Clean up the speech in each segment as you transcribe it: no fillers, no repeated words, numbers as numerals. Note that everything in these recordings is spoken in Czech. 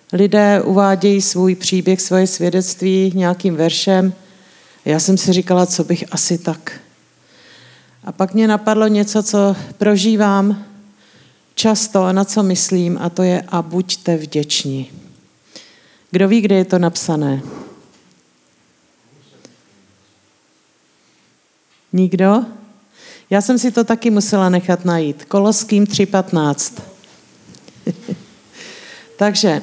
Lidé uvádějí svůj příběh, svoje svědectví nějakým veršem. Já jsem si říkala, co bych asi tak. A pak mě napadlo něco, co prožívám často a na co myslím, a to je a buďte vděční. Kdo ví, kde je to napsané? Nikdo? Já jsem si to taky musela nechat najít. Koloským 3:15. Takže.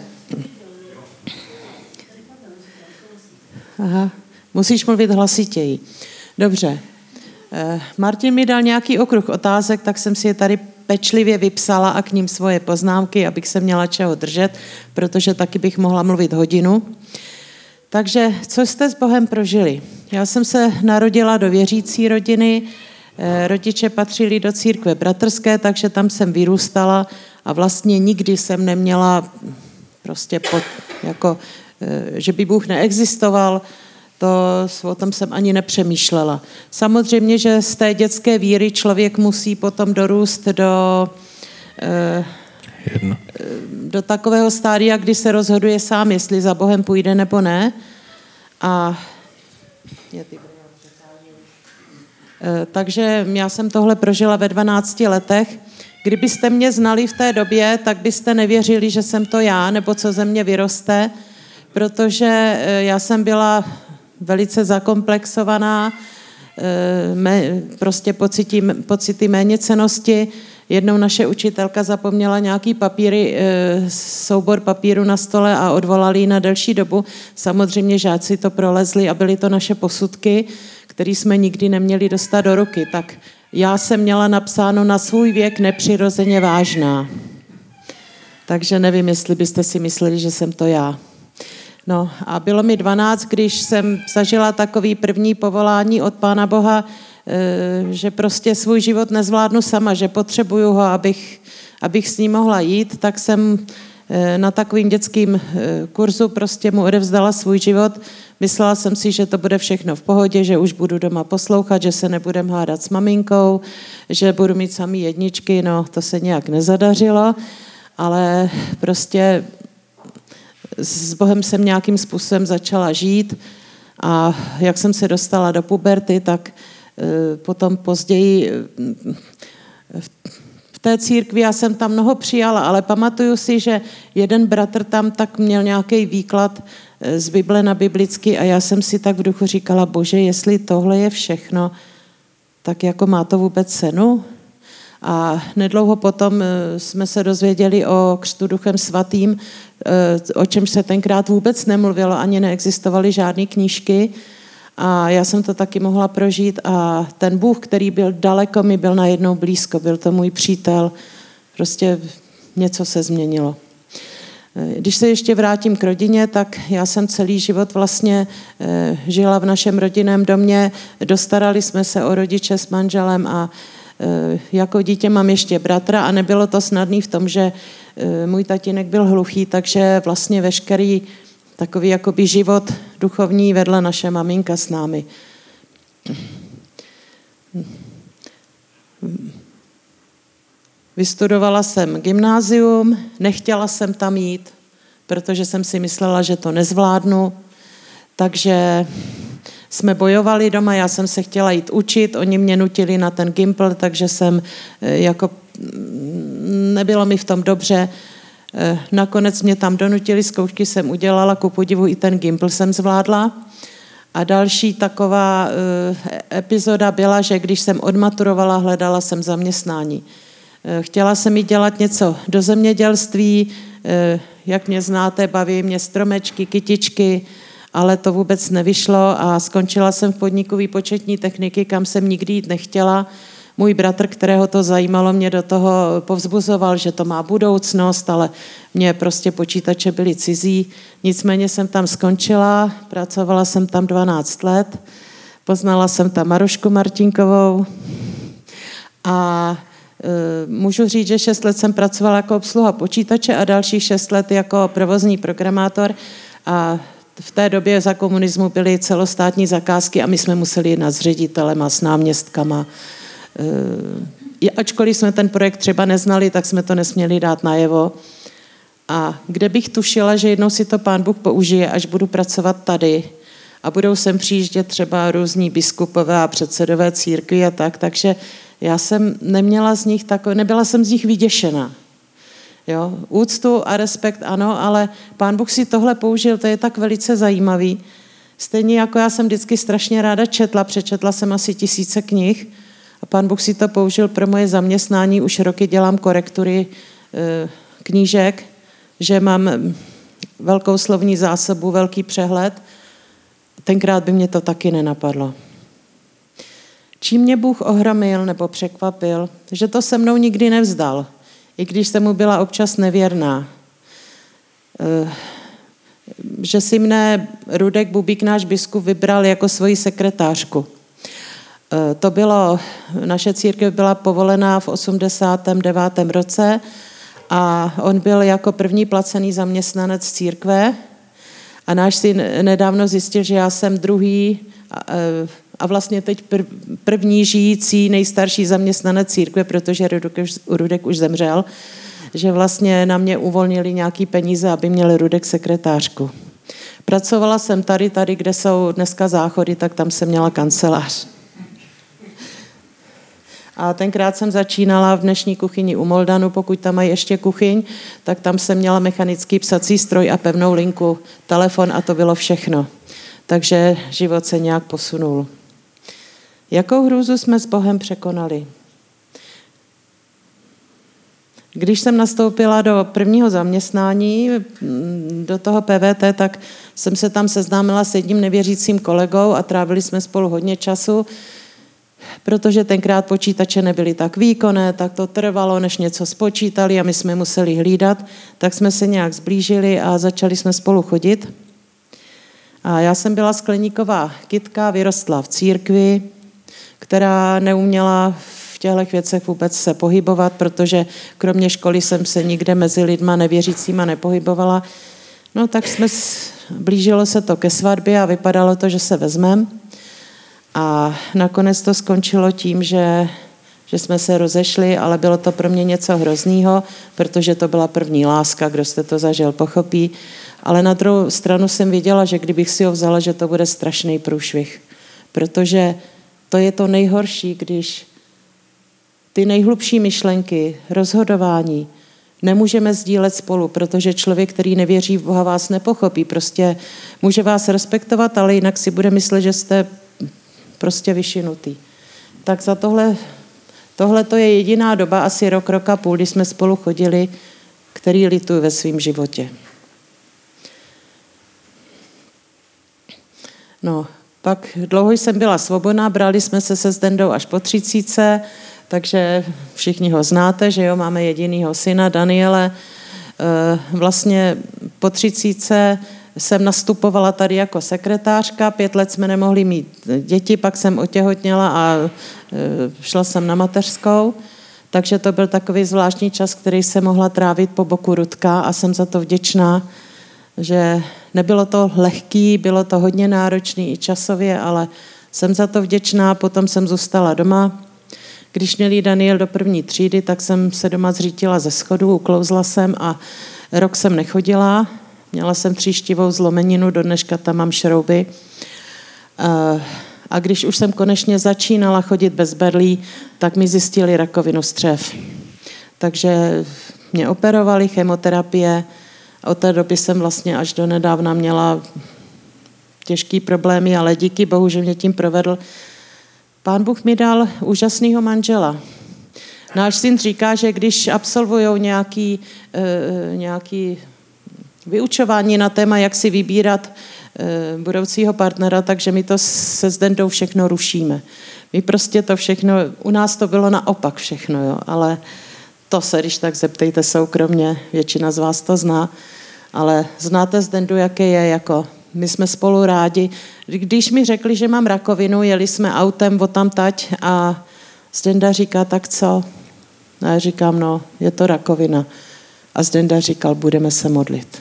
Aha, musíš mluvit hlasitěji. Dobře. Martin mi dal nějaký okruh otázek, tak jsem si je tady pečlivě vypsala a k ním svoje poznámky, abych se měla čeho držet, protože taky bych mohla mluvit hodinu. Takže co jste s Bohem prožili? Já jsem se narodila do věřící rodiny, rodiče patřili do církve bratrské, takže tam jsem vyrůstala a vlastně nikdy jsem neměla prostě že by Bůh neexistoval, o tom jsem ani nepřemýšlela. Samozřejmě, že z té dětské víry člověk musí potom dorůst do takového stádia, kdy se rozhoduje sám, jestli za Bohem půjde nebo ne. Takže já jsem tohle prožila ve 12 letech. Kdybyste mě znali v té době, tak byste nevěřili, že jsem to já, nebo co ze mě vyroste, protože já jsem byla velice zakomplexovaná, prostě pocity méněcennosti. Jednou naše učitelka zapomněla nějaký papíry, soubor papíru na stole a odvolali ji na delší dobu. Samozřejmě žáci to prolezli a byly to naše posudky, které jsme nikdy neměli dostat do ruky. Tak já jsem měla napsáno na svůj věk nepřirozeně vážná. Takže nevím, jestli byste si mysleli, že jsem to já. No a bylo mi 12, když jsem zažila takový první povolání od Pána Boha, že prostě svůj život nezvládnu sama, že potřebuju ho, abych s ním mohla jít, tak jsem na takovým dětským kurzu prostě mu odevzdala svůj život. Myslela jsem si, že to bude všechno v pohodě, že už budu doma poslouchat, že se nebudem hádat s maminkou, že budu mít samý jedničky, no to se nějak nezadařilo, ale prostě s Bohem jsem nějakým způsobem začala žít a jak jsem se dostala do puberty, tak potom později v té církvi já jsem tam mnoho přijala, ale pamatuju si, že jeden bratr tam tak měl nějaký výklad z Bible na biblicky a já jsem si tak v duchu říkala, Bože, jestli tohle je všechno, tak jako má to vůbec cenu? A nedlouho potom jsme se dozvěděli o křtu Duchem svatým, o čemž se tenkrát vůbec nemluvilo, ani neexistovaly žádné knížky. A já jsem to taky mohla prožít a ten Bůh, který byl daleko, mi byl najednou blízko, byl to můj přítel. Prostě něco se změnilo. Když se ještě vrátím k rodině, tak já jsem celý život vlastně žila v našem rodinném domě. Dostarali jsme se o rodiče s manželem a jako dítě mám ještě bratra a nebylo to snadné v tom, že můj tatínek byl hluchý, takže vlastně veškerý takový jakoby život duchovní vedla naše maminka s námi. Vystudovala jsem gymnázium, nechtěla jsem tam jít, protože jsem si myslela, že to nezvládnu, takže jsme bojovali doma, já jsem se chtěla jít učit, oni mě nutili na ten gympl, takže jsem nebylo mi v tom dobře. Nakonec mě tam donutili, zkoušky jsem udělala, ku podivu i ten gympl jsem zvládla. A další taková epizoda byla, že když jsem odmaturovala, hledala jsem zaměstnání. Chtěla jsem jít dělat něco do zemědělství, jak mě znáte, baví mě stromečky, kytičky, ale to vůbec nevyšlo a skončila jsem v podniku výpočetní techniky, kam jsem nikdy jít nechtěla. Můj bratr, kterého to zajímalo, mě do toho povzbuzoval, že to má budoucnost, ale mě prostě počítače byly cizí. Nicméně jsem tam skončila, pracovala jsem tam 12 let, poznala jsem tam Marušku Martinkovou a můžu říct, že 6 let jsem pracovala jako obsluha počítače a dalších 6 let jako provozní programátor a v té době za komunismu byly celostátní zakázky a my jsme museli jednat s ředitelema, s náměstkama. Ačkoliv jsme ten projekt třeba neznali, tak jsme to nesměli dát najevo. A kde bych tušila, že jednou si to Pán Bůh použije, až budu pracovat tady a budou sem přijíždět třeba různí biskupové a předsedové církví a tak, takže já jsem nebyla jsem z nich vyděšená. Jo, úctu a respekt ano, ale Pán Bůh si tohle použil, to je tak velice zajímavý. Stejně jako já jsem vždycky strašně ráda přečetla jsem asi 1000 knih a Pán Bůh si to použil pro moje zaměstnání, už roky dělám korektury knížek, že mám velkou slovní zásobu, velký přehled. Tenkrát by mě to taky nenapadlo. Čím mě Bůh ohromil nebo překvapil, že to se mnou nikdy nevzdal, i když jsem mu byla občas nevěrná. Že si mne Rudek Bubík, náš biskup, vybral jako svoji sekretářku. To bylo, naše církev byla povolená v 89. roce a on byl jako první placený zaměstnanec církve a náš syn nedávno zjistil, že já jsem druhý a vlastně teď první žijící nejstarší zaměstnanec církve, protože Rudek už zemřel, že vlastně na mě uvolnili nějaký peníze, aby měl Rudek sekretářku. Pracovala jsem tady, kde jsou dneska záchody, tak tam jsem měla kancelář. A tenkrát jsem začínala v dnešní kuchyni u Moldanu, pokud tam mají ještě kuchyň, tak tam jsem měla mechanický psací stroj a pevnou linku, telefon a to bylo všechno. Takže život se nějak posunul. Jakou hrůzu jsme s Bohem překonali? Když jsem nastoupila do prvního zaměstnání, do toho PVT, tak jsem se tam seznámila s jedním nevěřícím kolegou a trávili jsme spolu hodně času, protože tenkrát počítače nebyly tak výkonné, tak to trvalo, než něco spočítali a my jsme museli hlídat, tak jsme se nějak zblížili a začali jsme spolu chodit. A já jsem byla skleníková kytka, vyrostla v církvi, která neuměla v těchto věcech vůbec se pohybovat, protože kromě školy jsem se nikde mezi lidma nevěřícíma nepohybovala. No tak blížilo se to ke svatbě a vypadalo to, že se vezmeme. A nakonec to skončilo tím, že jsme se rozešli, ale bylo to pro mě něco hroznýho, protože to byla první láska, kdo jste to zažil, pochopí. Ale na druhou stranu jsem věděla, že kdybych si ho vzala, že to bude strašný průšvih. Protože to je to nejhorší, když ty nejhlubší myšlenky, rozhodování nemůžeme sdílet spolu, protože člověk, který nevěří v Boha, vás nepochopí. Prostě může vás respektovat, ale jinak si bude myslet, že jste prostě vyšinutý. Tak za tohle to je jediná doba, asi rok a půl, kdy jsme spolu chodili, který lituju ve svém životě. No, pak dlouho jsem byla svobodná, brali jsme se se Zdendou až po 30, takže všichni ho znáte, že jo, máme jedinýho syna Daniele. Vlastně po 30 jsem nastupovala tady jako sekretářka, 5 let jsme nemohli mít děti, pak jsem otěhotněla a šla jsem na mateřskou, takže to byl takový zvláštní čas, který jsem mohla trávit po boku Rudka a jsem za to vděčná, že nebylo to lehký, bylo to hodně náročný i časově, ale jsem za to vděčná, potom jsem zůstala doma. Když měl Daniel do 1. třídy, tak jsem se doma zřítila ze schodu, uklouzla jsem a rok jsem nechodila. Měla jsem tříštivou zlomeninu, do dneška tam mám šrouby. A když už jsem konečně začínala chodit bez berlí, tak mi zjistili rakovinu střev. Takže mě operovali, chemoterapie. Od té doby jsem vlastně až do nedávna měla těžký problémy, ale díky Bohu, že mě tím provedl. Pán Bůh mi dal úžasného manžela. Náš syn říká, že když absolvujou nějaký vyučování na téma, jak si vybírat budoucího partnera, takže my to se Zdendou všechno rušíme. My prostě to všechno, u nás to bylo naopak všechno, jo, ale to se, když tak zeptejte soukromně, většina z vás to zná, ale znáte Zdendu, jaké je, jako my jsme spolu rádi. Když mi řekli, že mám rakovinu, jeli jsme autem odtamtať a Zdenda říká, tak co? A já říkám, no, je to rakovina. A Zdenda říkal, budeme se modlit.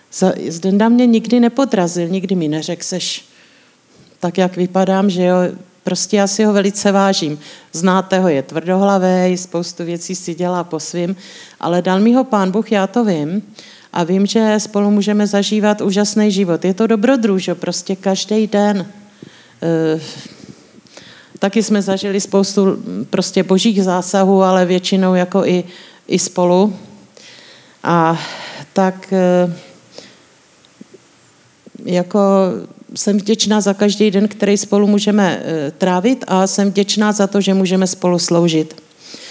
Zdenda mě nikdy nepodrazil, nikdy mi neřekl, seš tak, jak vypadám, že jo, prostě já si ho velice vážím. Znáte ho, je tvrdohlavý, spoustu věcí si dělá po svým, ale dal mi ho Pán Bůh, já to vím. A vím, že spolu můžeme zažívat úžasný život. Je to dobrodružo, prostě každý den. Taky jsme zažili spoustu prostě božích zásahů, ale většinou jako i spolu. A tak jako jsem vděčná za každý den, který spolu můžeme trávit a jsem vděčná za to, že můžeme spolu sloužit.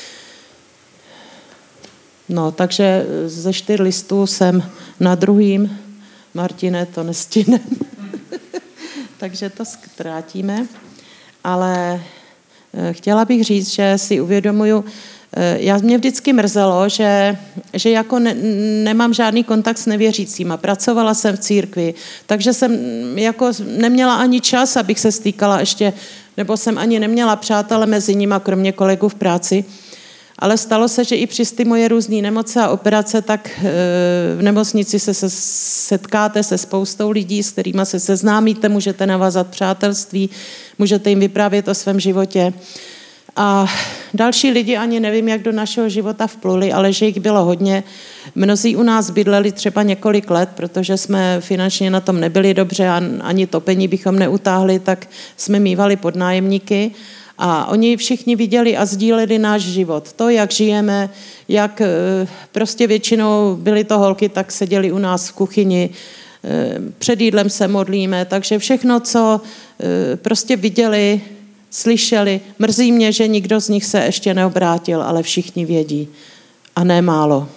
No, takže ze 4 listů jsem na druhým. Martine, to nestihne. Takže to zkrátíme. Ale chtěla bych říct, že si uvědomuju, mě vždycky mrzelo, že jako nemám žádný kontakt s nevěřícíma. Pracovala jsem v církvi, takže jsem jako neměla ani čas, abych se stýkala ještě, nebo jsem ani neměla přátele mezi nima, kromě kolegů v práci. Ale stalo se, že i přes ty moje různé nemoce a operace, tak v nemocnici se setkáte se spoustou lidí, s kterými se seznámíte, můžete navázat přátelství, můžete jim vyprávět o svém životě. A další lidi ani nevím, jak do našeho života vpluli, ale že jich bylo hodně. Mnozí u nás bydleli třeba několik let, protože jsme finančně na tom nebyli dobře a ani topení bychom neutáhli, tak jsme mívali podnájemníky. A oni všichni viděli a sdíleli náš život. To, jak žijeme, jak prostě většinou byly to holky, tak seděli u nás v kuchyni, před jídlem se modlíme, takže všechno, co prostě viděli, slyšeli. Mrzí mě, že nikdo z nich se ještě neobrátil, ale všichni vědí. A ne málo.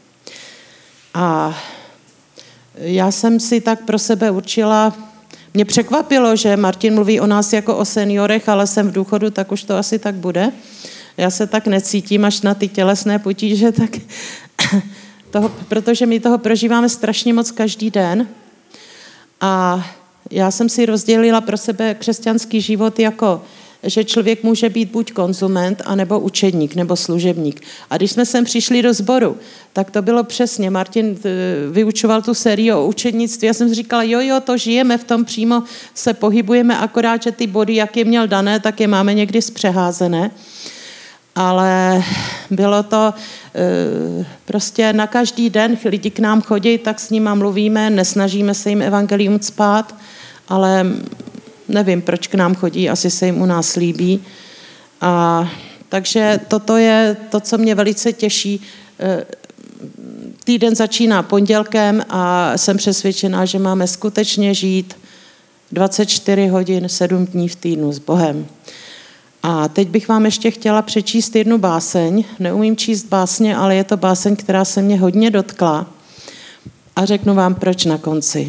A já jsem si tak pro sebe určila. Mě překvapilo, že Martin mluví o nás jako o seniorech, ale jsem v důchodu, tak už to asi tak bude. Já se tak necítím až na ty tělesné potíže, tak protože my toho prožíváme strašně moc každý den. A já jsem si rozdělila pro sebe křesťanský život jako, že člověk může být buď konzument, anebo učedník, nebo služebník. A když jsme sem přišli do sboru, tak to bylo přesně. Martin vyučoval tu sérii o učednictví. Já jsem si říkala, jo, to žijeme, v tom přímo se pohybujeme, akorát, že ty body, jak je měl dané, tak je máme někdy zpřeházené. Ale bylo to prostě na každý den, lidi k nám chodí, tak s nima mluvíme, nesnažíme se jim evangelium cpát, ale nevím, proč k nám chodí, asi se jim u nás líbí. A takže toto je to, co mě velice těší. Týden začíná pondělkem a jsem přesvědčená, že máme skutečně žít 24 hodin, 7 dní v týdnu s Bohem. A teď bych vám ještě chtěla přečíst jednu báseň. Neumím číst básně, ale je to báseň, která se mě hodně dotkla. A řeknu vám, proč na konci.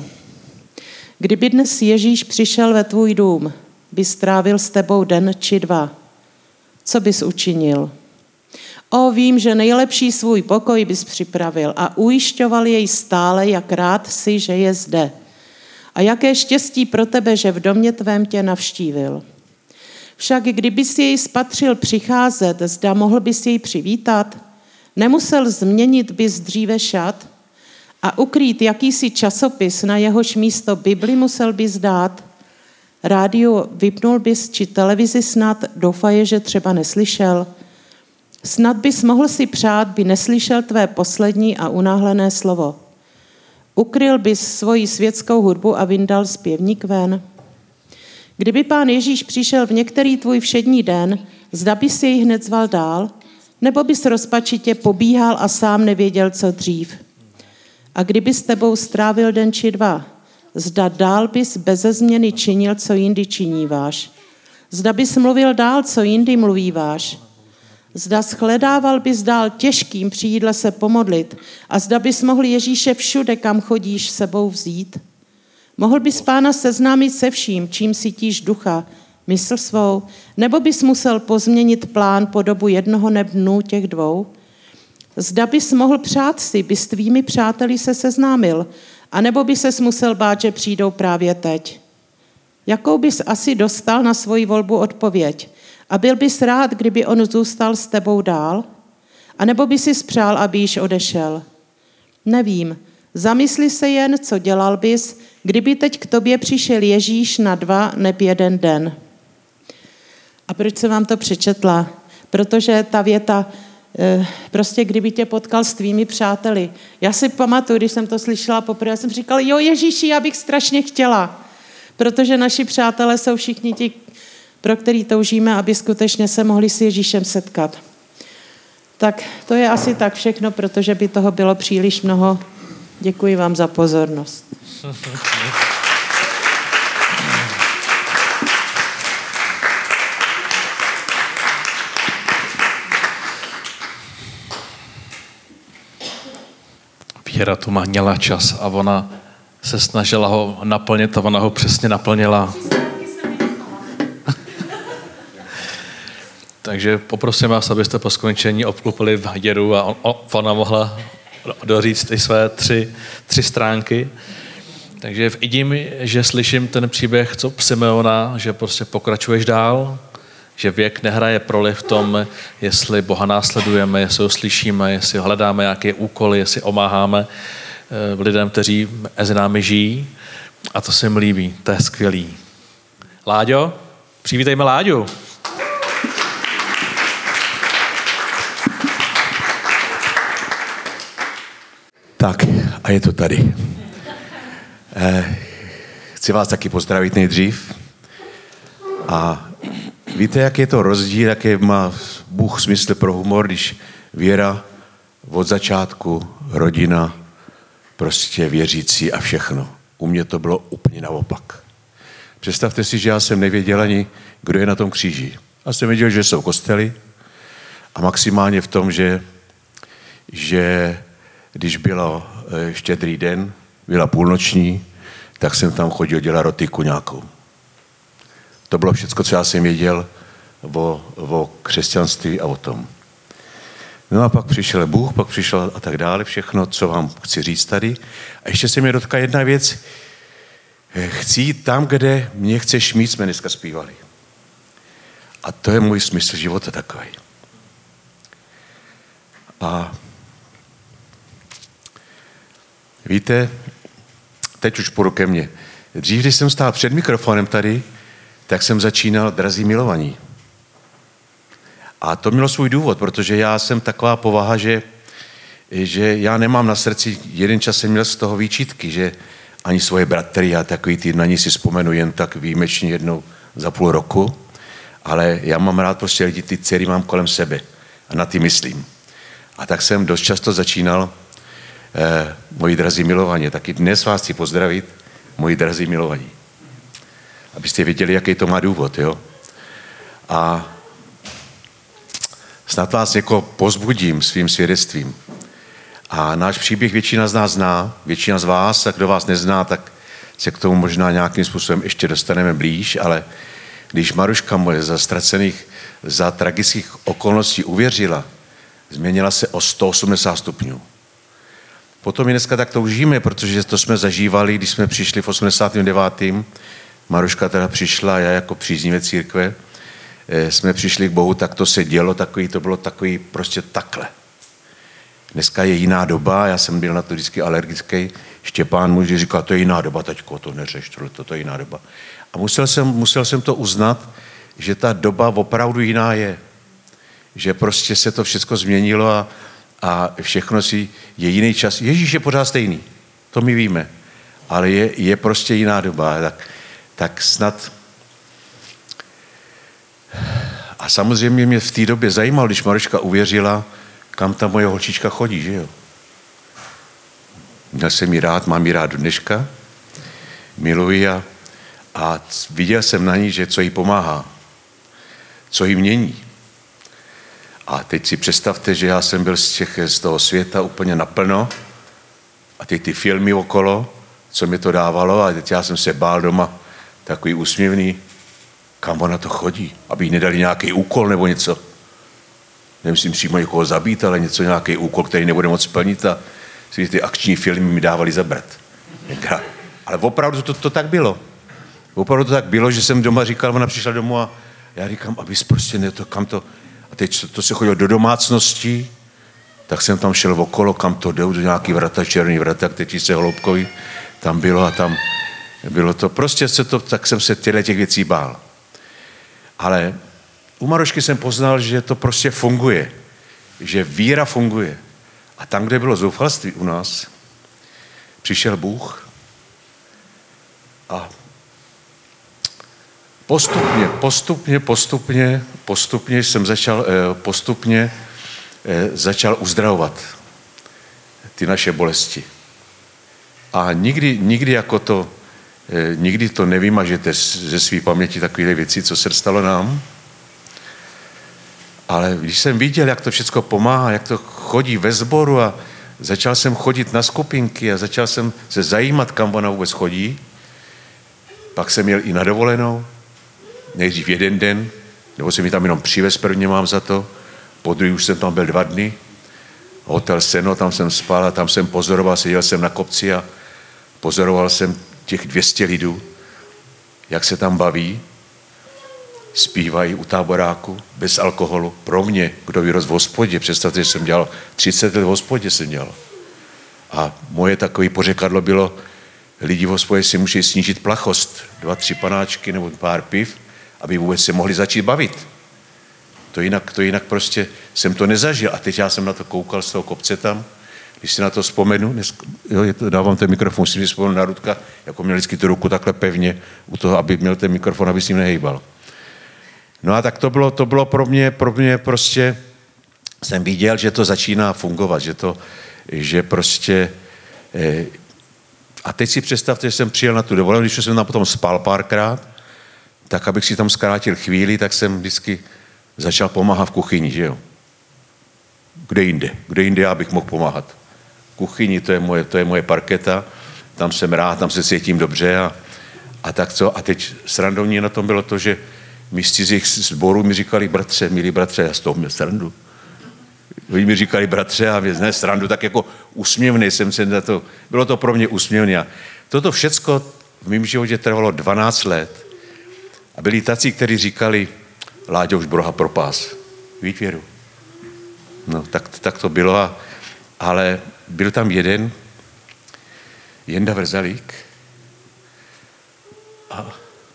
Kdyby dnes Ježíš přišel ve tvůj dům, by strávil s tebou den či 2. Co bys učinil? Vím, že nejlepší svůj pokoj bys připravil a ujišťoval jej stále, jak rád si, že je zde. A jaké štěstí pro tebe, že v domě tvém tě navštívil. Však kdybys jej spatřil přicházet, zda mohl bys jej přivítat, nemusel změnit bys dříve šat a ukrýt jakýsi časopis, na jehož místo Bibli musel bys dát. Rádio vypnul bys, či televizi snad, doufaje, že třeba neslyšel. Snad bys mohl si přát, by neslyšel tvé poslední a unáhlené slovo. Ukryl bys svoji světskou hudbu a vyndal zpěvník ven. Kdyby Pán Ježíš přišel v některý tvůj všední den, zda bys jej hned zval dál, nebo bys rozpačitě pobíhal a sám nevěděl, co dřív. A kdyby s tebou strávil den či 2, zda dál bys beze změny činil, co jindy činíváš. Zda bys mluvil dál, co jindy mluvíváš. Zda shledával bys dál těžkým při jídle se pomodlit a zda bys mohl Ježíše všude, kam chodíš, sebou vzít. Mohl bys Pána seznámit se vším, čím sytíš ducha, mysl svou, nebo bys musel pozměnit plán po dobu 1 dnů těch 2. Zda bys mohl přát si, by s tvými přáteli se seznámil, anebo by ses musel bát, že přijdou právě teď. Jakou bys asi dostal na svoji volbu odpověď? A byl bys rád, kdyby on zůstal s tebou dál? A nebo by si spřál, aby již odešel? Nevím. Zamysli se jen, co dělal bys, kdyby teď k tobě přišel Ježíš na 2 nebo 1 den. A proč jsem vám to přečetla? Protože ta věta, prostě kdyby tě potkal s tvými přáteli. Já si pamatuju, když jsem to slyšela poprvé, já jsem říkala, jo Ježíši, já bych strašně chtěla. Protože naši přátelé jsou všichni ti, pro který toužíme, aby skutečně se mohli s Ježíšem setkat. Tak to je asi tak všechno, protože by toho bylo příliš mnoho. Děkuji vám za pozornost. Věra tu měla čas a ona se snažila ho naplnit a ona ho přesně naplnila. Takže poprosím vás, abyste po skončení obklopili Věru a ona mohla doříct i své tři stránky. Takže vidím, že slyším ten příběh, co Simeona, že prostě pokračuješ dál, že věk nehraje roli v tom, jestli Boha následujeme, jestli ho slyšíme, jestli hledáme nějaké úkoly, jestli omáháme lidem, kteří mezi námi žijí. A to se mi líbí, to je skvělý. Láďo, přivítejme Láďu. Tak, a je to tady. Chci vás taky pozdravit nejdřív. A víte, jak je to rozdíl, jaký má Bůh smysl pro humor, když Věra od začátku, rodina, prostě věřící a všechno. U mě to bylo úplně naopak. Představte si, že já jsem nevěděl ani, kdo je na tom kříži. Já jsem věděl, že jsou kostely a maximálně v tom, že když bylo Štědrý den, byla půlnoční, tak jsem tam chodil dělat rotiku nějakou. To bylo všecko, co já jsem věděl o křesťanství a o tom. No a pak přišel Bůh, pak přišel a tak dále, všechno, co vám chci říct tady. A ještě se mě dotkla jedna věc. Chci jít tam, kde mě chceš mít, jsme dneska zpívali. A to je můj smysl života takový. A víte, teď už půjdu ke mně. Dřív, když jsem stál před mikrofonem tady, tak jsem začínal Drazí milovaní. A to mělo svůj důvod, protože já jsem taková povaha, že já nemám na srdci, jeden čas jsem měl z toho výčitky, že ani svoje bratry a takový ty na ní si vzpomenu jen tak výjimečně jednou za půl roku, ale já mám rád prostě lidi, ty dcery mám kolem sebe a na ty myslím. A tak jsem dost často začínal moji drazí milovaní. Taky dnes vás chci pozdravit, moji drazí milovaní. Abyste věděli, jaký to má důvod, jo. A snad vás někoho pozbudím svým svědectvím. A náš příběh většina z nás zná, většina z vás, a kdo vás nezná, tak se k tomu možná nějakým způsobem ještě dostaneme blíž, ale když Maruška moje za tragických okolností uvěřila, změnila se o 180 stupňů. Potom i dneska tak toužíme, protože to jsme zažívali, když jsme přišli v 89. Maruška teda přišla, já jako příznivec církve, jsme přišli k Bohu, tak to se dělo, to bylo takový prostě takhle. Dneska je jiná doba, já jsem byl na to vždycky alergický. Štěpán muž říkal, to je jiná doba, taťko, to neřeš, to je jiná doba. A musel jsem to uznat, že ta doba opravdu jiná je. Že prostě se to všechno změnilo a všechno je jiný čas. Ježíš je pořád stejný, to my víme, ale je prostě jiná doba. Tak snad... A samozřejmě mě v té době zajímalo, když Maruška uvěřila, kam ta moje holčička chodí, že jo. Měl jsem ji rád, mám ji rád do dneška, miluji a viděl jsem na ní, že co jí pomáhá, co jí mění. A teď si představte, že já jsem byl z toho světa úplně naplno a teď ty filmy okolo, co mi to dávalo a teď já jsem se bál doma, takový úsměvný, kam ona to chodí, aby jí nedali nějaký úkol nebo něco. Nemyslím přímo někoho zabít, ale nějaký úkol, který nebude moc splnit a ty akční filmy mi dávali zabrat. Ale opravdu to tak bylo. Opravdu to tak bylo, že jsem doma říkal, ona přišla domů a já říkám, abys prostě kam to... A teď to se chodilo do domácnosti, tak jsem tam šel okolo, kam to jdou, do nějaký vrata, černý vrata, který se hloubkový, tam bylo a tam bylo to. Prostě tak jsem se těch věcí bál. Ale u Marošky jsem poznal, že to prostě funguje. Že víra funguje. A tam, kde bylo zoufalství u nás, přišel Bůh a postupně jsem začal uzdravovat ty naše bolesti. A nikdy to nevymažete ze své paměti takové věci, co se stalo nám. Ale když jsem viděl, jak to všechno pomáhá, jak to chodí ve sboru a začal jsem chodit na skupinky a začal jsem se zajímat, kam ona vůbec chodí, pak jsem jel i na dovolenou, nejdřív 1 den, nebo jsem mi tam jenom přivez, prvně mám za to, po druhý už jsem tam byl 2 dny, hotel Seno, tam jsem spal a tam jsem pozoroval, seděl jsem na kopci a pozoroval jsem těch 200 lidů, jak se tam baví, zpívají u táboráku, bez alkoholu. Pro mě, kdo vyrost v hospodě, představte, že jsem dělal 30 let v hospodě jsem dělal. A moje takové pořekadlo bylo, lidi v hospodě si musí snížit plachost, 2-3 panáčky nebo pár piv, aby vůbec se mohli začít bavit. To jinak prostě jsem to nezažil. A teď já jsem na to koukal z toho kopce tam, když si na to vzpomenu, dávám ten mikrofon, musím si vzpomenout na Rudka, jako měl vždycky tu ruku takhle pevně u toho, aby měl ten mikrofon, aby s ním nehejbal. No a tak to bylo pro mě prostě, jsem viděl, že to začíná fungovat, že prostě, a teď si představte, že jsem přijel na tu dovolenou, když jsem tam potom spal párkrát, tak abych si tam zkrátil chvíli, tak jsem vždycky začal pomáhat v kuchyni, že jo. Kde jinde já bych mohl pomáhat. V kuchyni, to je moje parketa, tam jsem rád, tam se cítím dobře a tak co. A teď srandovní na tom bylo to, že my z cizích sborů mi říkali bratře, milí bratře, já z toho měl srandu. Oni mi říkali bratře a mě srandu, tak jako úsměvný jsem se na to, bylo to pro mě úsměvný. A toto všecko v mém životě trvalo 12 let. A byli tací, kteří říkali, Láďo už broha propás. Víš, Věru? No, tak to bylo, ale byl tam jeden, Jenda Vrzalík, a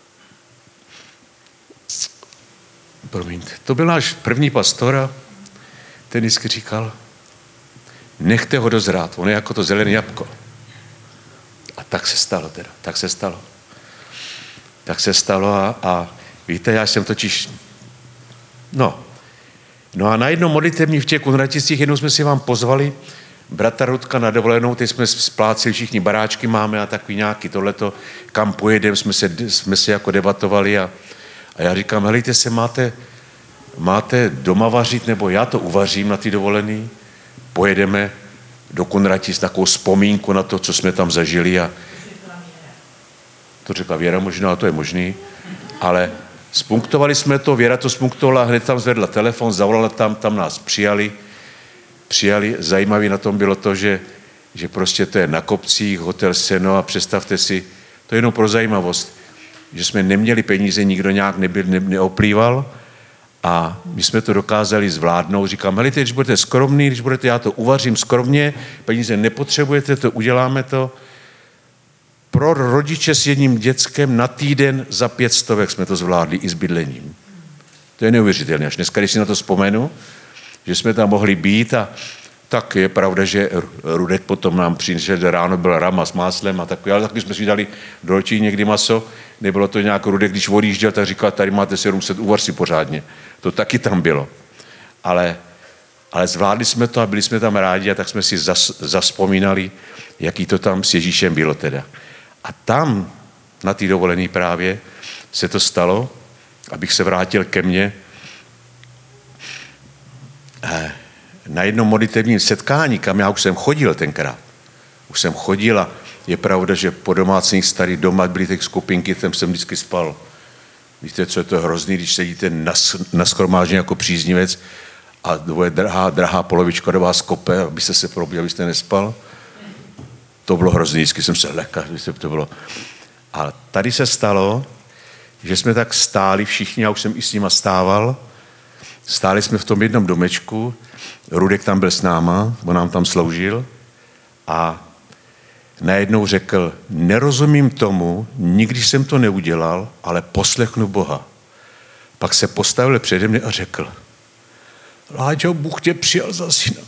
promiňte, to byl náš první pastor a ten vždycky říkal, nechte ho dozrát, on je jako to zelené jabko. A tak se stalo a víte, já jsem totiž, no a na jednom modlitevní v těch Kunraticích, jednou jsme si vám pozvali bratra Rudka na dovolenou, teď jsme spláceli, všichni baráčky máme a takový nějaký tohleto, kam pojedeme, jsme se jako debatovali a já říkám, helejte se, máte doma vařit, nebo já to uvařím na ty dovolený, pojedeme do Kunratic, takovou vzpomínku na to, co jsme tam zažili a to řekla Věra možná, to je možný, ale spunktovali jsme to, Věra to spunktovala, hned tam zvedla telefon, zavolala tam nás přijali. Zajímavý na tom bylo to, že prostě to je na kopcích, hotel Seno a představte si, to je jenom pro zajímavost, že jsme neměli peníze, nikdo nějak neoplýval a my jsme to dokázali zvládnout. Říkám, helejte, když budete skromný, já to uvařím skromně, peníze nepotřebujete, to uděláme to. Pro rodiče s jedním dětskem na týden za 500 jsme to zvládli i s bydlením. To je neuvěřitelné. Až dneska, když si na to vzpomenu, že jsme tam mohli být a tak je pravda, že Rudek potom nám přinesl, ráno byl rama s máslem a takový, ale taky jsme si dali do očí někdy maso. Nebylo to nějak Rudek, když odjížděl, tak říkal, tady máte 700, uvař si pořádně. To taky tam bylo. Ale zvládli jsme to a byli jsme tam rádi a tak jsme si zaspomínali, jaký to tam s Ježíšem bylo teda. A tam, na té dovolené právě, se to stalo, abych se vrátil ke mně, na jednom modlitevním setkání, kam já už jsem chodil tenkrát. A je pravda, že po domácích starých doma byly ty skupinky, tam jsem vždycky spal. Víte, co je to hrozný, když sedíte na shromáždění jako příznivec a dvoje drahá polovička do vás kope, abyste se probudil, abyste nespal. To bylo hrozný, vždycky jsem se lekal, to bylo. A tady se stalo, že jsme tak stáli všichni, já už jsem i s nima stával, stáli jsme v tom jednom domečku, Rudek tam byl s náma, on nám tam sloužil a najednou řekl, nerozumím tomu, nikdy jsem to neudělal, ale poslechnu Boha. Pak se postavil přede mě a řekl, Láďo, Bůh tě přijal za syna.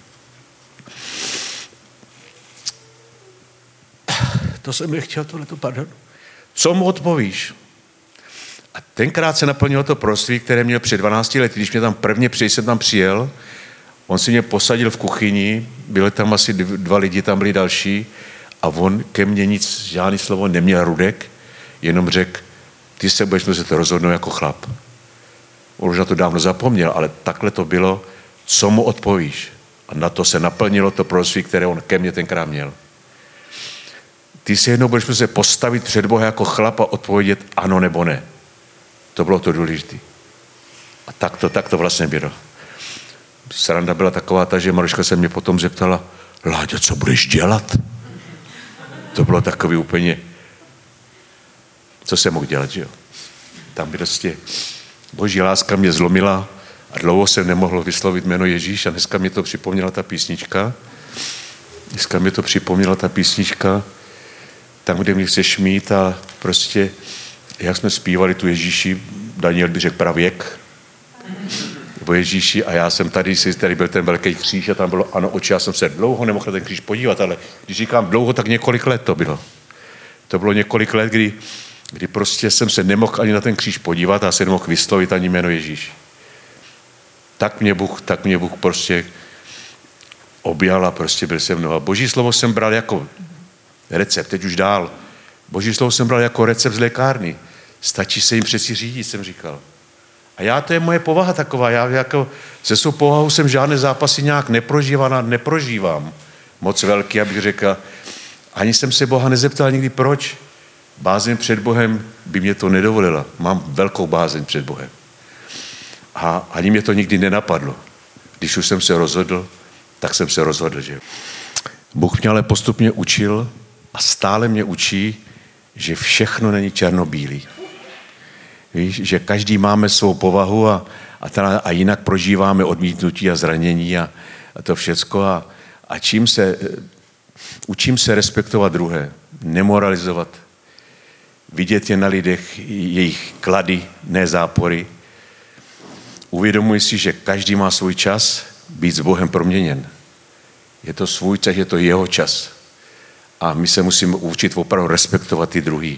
To jsem nechtěl, tohleto, pardon. Co mu odpovíš? A tenkrát se naplnilo to proroctví, které měl před 12 lety, když mě tam prvně jsem tam přijel, on si mě posadil v kuchyni, byly tam asi 2 lidi, tam byli další a on ke mně nic, žádný slovo neměl, Rudek, jenom řekl, ty se budeš muset rozhodnout jako chlap. On už na to dávno zapomněl, ale takhle to bylo, co mu odpovíš. A na to se naplnilo to proroctví, které on ke mně tenkrát měl. Ty se jednou budeš muset postavit před Boha jako chlap a odpovědět ano nebo ne. To bylo to důležité. A tak to vlastně bylo. Sranda byla taková ta, že Maruška se mě potom zeptala, Láďo, co budeš dělat? To bylo takový úplně, co jsem mohl dělat, že jo? Tam prostě boží láska mě zlomila a dlouho jsem nemohl vyslovit jméno Ježíš a dneska mě to připomněla ta písnička. Tam, kde mě chceš mít a prostě, jak jsme zpívali tu Ježíši, Daniel by řekl pravěk, nebo Ježíši a já jsem tady byl ten velký kříž a tam bylo ano oči, já jsem se dlouho nemohl na ten kříž podívat, ale když říkám dlouho, tak několik let to bylo. To bylo několik let, kdy prostě jsem se nemohl ani na ten kříž podívat a se nemohl vyslovit ani jméno Ježíš. Tak mě Bůh prostě objal a prostě byl se mnou. A Boží slovo jsem bral jako recept, teď už dál. Boží slovo jsem bral jako recept z lékárny. Stačí se jim přeci řídit, jsem říkal. A to je moje povaha taková. Já jako se svou povahou jsem žádné zápasy nějak neprožívám. Moc velký, abych řekl. Ani jsem se Boha nezeptal nikdy proč. Bázeň před Bohem by mě to nedovolila. Mám velkou bázeň před Bohem. A ani mě to nikdy nenapadlo. Když už jsem se rozhodl, tak jsem se rozhodl, že Bůh mě ale postupně učil a stále mě učí, že všechno není černobílý. Víš, že každý máme svou povahu a jinak prožíváme odmítnutí a zranění a to všecko. A učím se respektovat druhé, nemoralizovat, vidět je na lidech, jejich klady, ne zápory. Uvědomuji si, že každý má svůj čas být s Bohem proměněn. Je to svůj čas, je to jeho čas. A my se musíme učit opravdu respektovat ty druhý.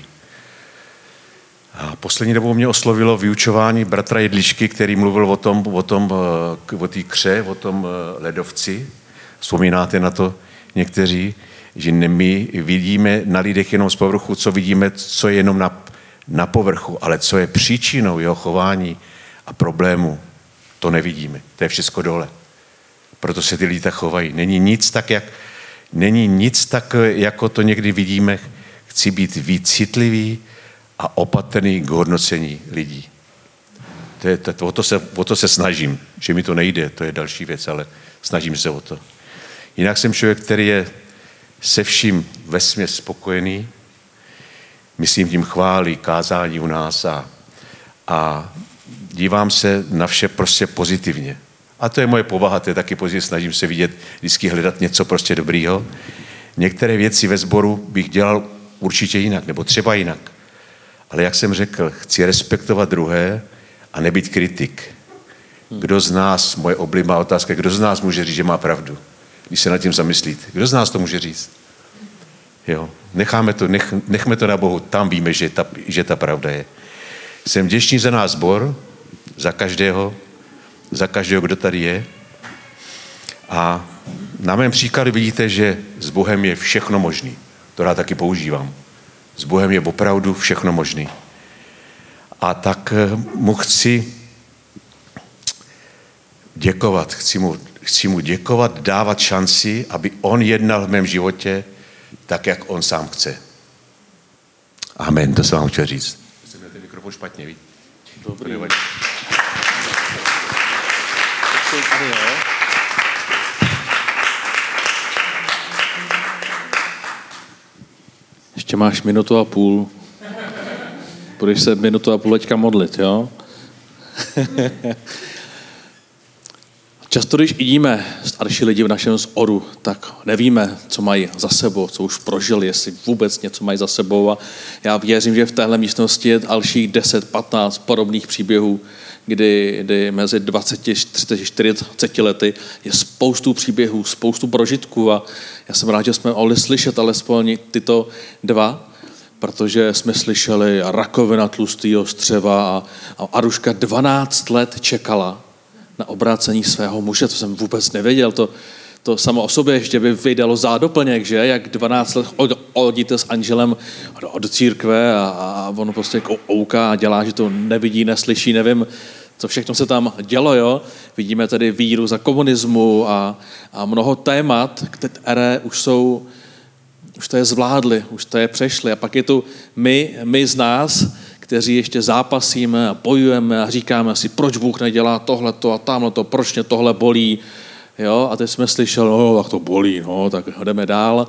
A poslední dobou mě oslovilo vyučování bratra Jedličky, který mluvil o té kře, o tom ledovci. Vzpomínáte na to někteří, že my vidíme na lidech jenom z povrchu, co vidíme, co je jenom na povrchu, ale co je příčinou jeho chování a problému, to nevidíme. To je všechno dole. Proto se ty lidi tak chovají. Není nic tak, jako to někdy vidíme. Chci být víc citlivý a opatrný k hodnocení lidí. O to se snažím. Že mi to nejde, to je další věc, ale snažím se o to. Jinak jsem člověk, který je se vším vesměs spokojený. Myslím tím chválí, kázání u nás a dívám se na vše prostě pozitivně. A to je moje povaha, to je taky pozitivně, snažím se vidět, vždycky hledat něco prostě dobrýho. Některé věci ve sboru bych dělal určitě jinak, nebo třeba jinak. Ale jak jsem řekl, chci respektovat druhé a nebýt kritik. Kdo z nás, moje oblíbená otázka, kdo z nás může říct, že má pravdu? Když se nad tím zamyslíte. Kdo z nás to může říct? Jo. Nechme to na Bohu, tam víme, že ta pravda je. Jsem vděčný za náš sbor, za každého, kdo tady je. A na mém příkladu vidíte, že s Bohem je všechno možný. To já taky používám. S Bohem je opravdu všechno možný. A tak mu chci děkovat. Chci mu děkovat, dávat šanci, aby on jednal v mém životě tak, jak on sám chce. Amen, to jsem vám chtěl říct. Jsem měl ten mikrofon špatně, víš? Dobrý. Ještě máš 1,5 minuty. Budeš se 1,5 minuty teďka modlit, jo? Často, když vidíme starší lidi v našem sboru, tak nevíme, co mají za sebou, co už prožili, jestli vůbec něco mají za sebou. A já věřím, že v téhle místnosti je dalších 10-15 podobných příběhů, kdy mezi 20, 30, 40 lety je spoustu příběhů, spoustu prožitků. A já jsem rád, že jsme mohli slyšet alespoň tyto dva, protože jsme slyšeli rakovina tlustého střeva a Aruška 12 let čekala na obrácení svého muže, to jsem vůbec nevěděl, to samo o sobě ještě by vydalo zádoplněk, že? Jak 12 let odjíte s Angelem do církve a on prostě kouká a dělá, že to nevidí, neslyší, nevím, co všechno se tam dělo, jo? Vidíme tady víru za komunismu a mnoho témat, které už to je zvládli, už to je přešli. A pak je tu my z nás, kteří ještě zápasíme a bojujeme a říkáme si, proč Bůh nedělá tohleto a tamhleto, proč mě tohle bolí. Jo? A teď jsme slyšeli, no, tak to bolí, no, tak jdeme dál.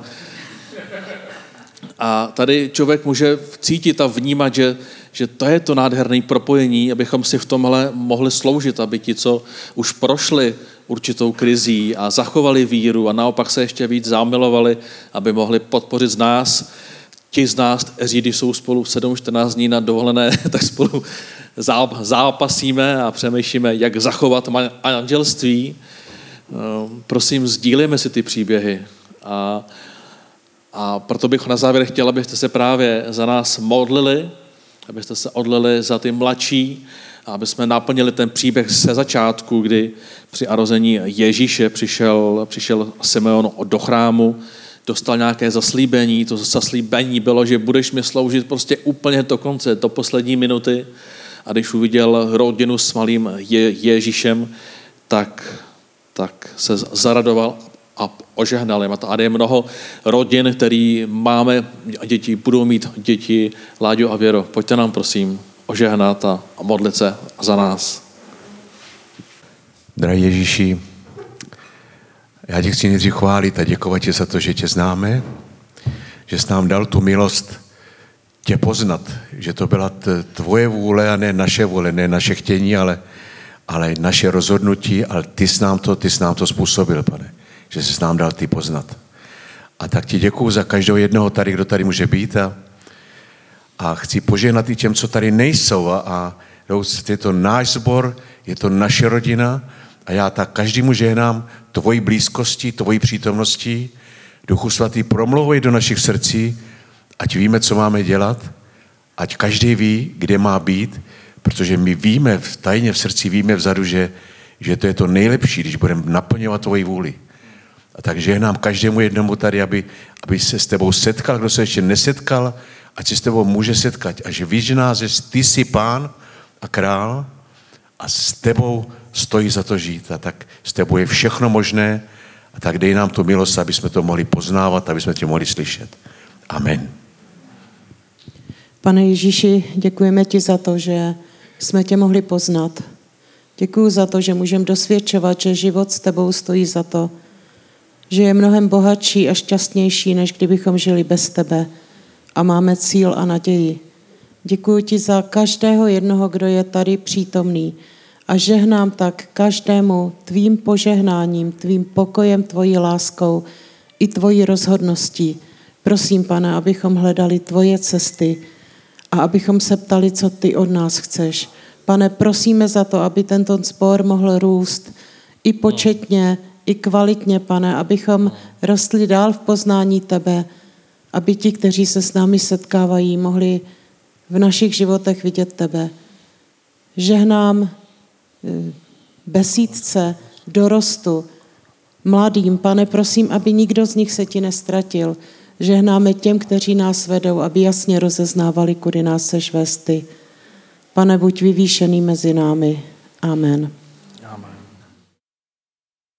A tady člověk může cítit a vnímat, že to je to nádherné propojení, abychom si v tomhle mohli sloužit, aby ti, co už prošli určitou krizí a zachovali víru a naopak se ještě víc zamilovali, aby mohli podpořit z nás, ti z nás, kteří když jsou spolu 7-14 dní na dovolené, tak spolu zápasíme a přemýšlíme, jak zachovat manželství. Prosím, sdílíme si ty příběhy. A proto bych na závěr chtěl, abyste se právě za nás modlili, abyste se odlili za ty mladší, a aby jsme naplnili ten příběh ze začátku, kdy při narození Ježíše přišel Simeon do chrámu, dostal nějaké zaslíbení, to zaslíbení bylo, že budeš mi sloužit prostě úplně do konce, do poslední minuty. A když uviděl rodinu s malým Ježíšem, tak se zaradoval a ožehnal jim. A tady je mnoho rodin, který máme děti, budou mít děti. Láďo a Věro, pojďte nám prosím ožehnat a modlit se za nás. Drahý Ježíši, já tě chci nejdřív chválit a děkovat ti za to, že tě známe, že jsi nám dal tu milost tě poznat, že to byla tvoje vůle a ne naše vůle, ne naše chtění, ale naše rozhodnutí, ale ty jsi nám to způsobil, Pane, že jsi nám dal ty poznat. A tak ti děkuju za každého jednoho tady, kdo tady může být a chci požehnat i těm, co tady nejsou a je to náš sbor, je to naše rodina a já tak každému žehnám tvojí blízkosti, tvojí přítomnosti. Duchu svatý, promlouvaj do našich srdcí, ať víme, co máme dělat, ať každý ví, kde má být, protože my víme, tajně v srdci víme vzadu, že to je to nejlepší, když budeme naplňovat tvoji vůli. A tak žehnám každému jednomu tady, aby se s tebou setkal, kdo se ještě nesetkal, ať se s tebou může setkat. A že víš nás, že ty jsi pán a král a s tebou stojí za to žít. A tak s tebou je všechno možné. A tak dej nám tu milost, aby jsme to mohli poznávat, aby jsme tě mohli slyšet. Amen. Pane Ježíši, děkujeme ti za to, že jsme tě mohli poznat. Děkuju za to, že můžeme dosvědčovat, že život s tebou stojí za to, že je mnohem bohatší a šťastnější, než kdybychom žili bez tebe a máme cíl a naději. Děkuji ti za každého jednoho, kdo je tady přítomný a žehnám tak každému tvým požehnáním, tvým pokojem, tvojí láskou i tvojí rozhodností. Prosím, Pane, abychom hledali tvoje cesty a abychom se ptali, co ty od nás chceš. Pane, prosíme za to, aby tento sbor mohl růst i početně, i kvalitně, Pane, abychom rostli dál v poznání tebe, aby ti, kteří se s námi setkávají, mohli v našich životech vidět tebe. Žehnám besídce, dorostu, mladým, Pane, prosím, aby nikdo z nich se ti nestratil. Žehnáme těm, kteří nás vedou, aby jasně rozeznávali, kudy nás seš vést ty. Pane, buď vyvýšený mezi námi. Amen.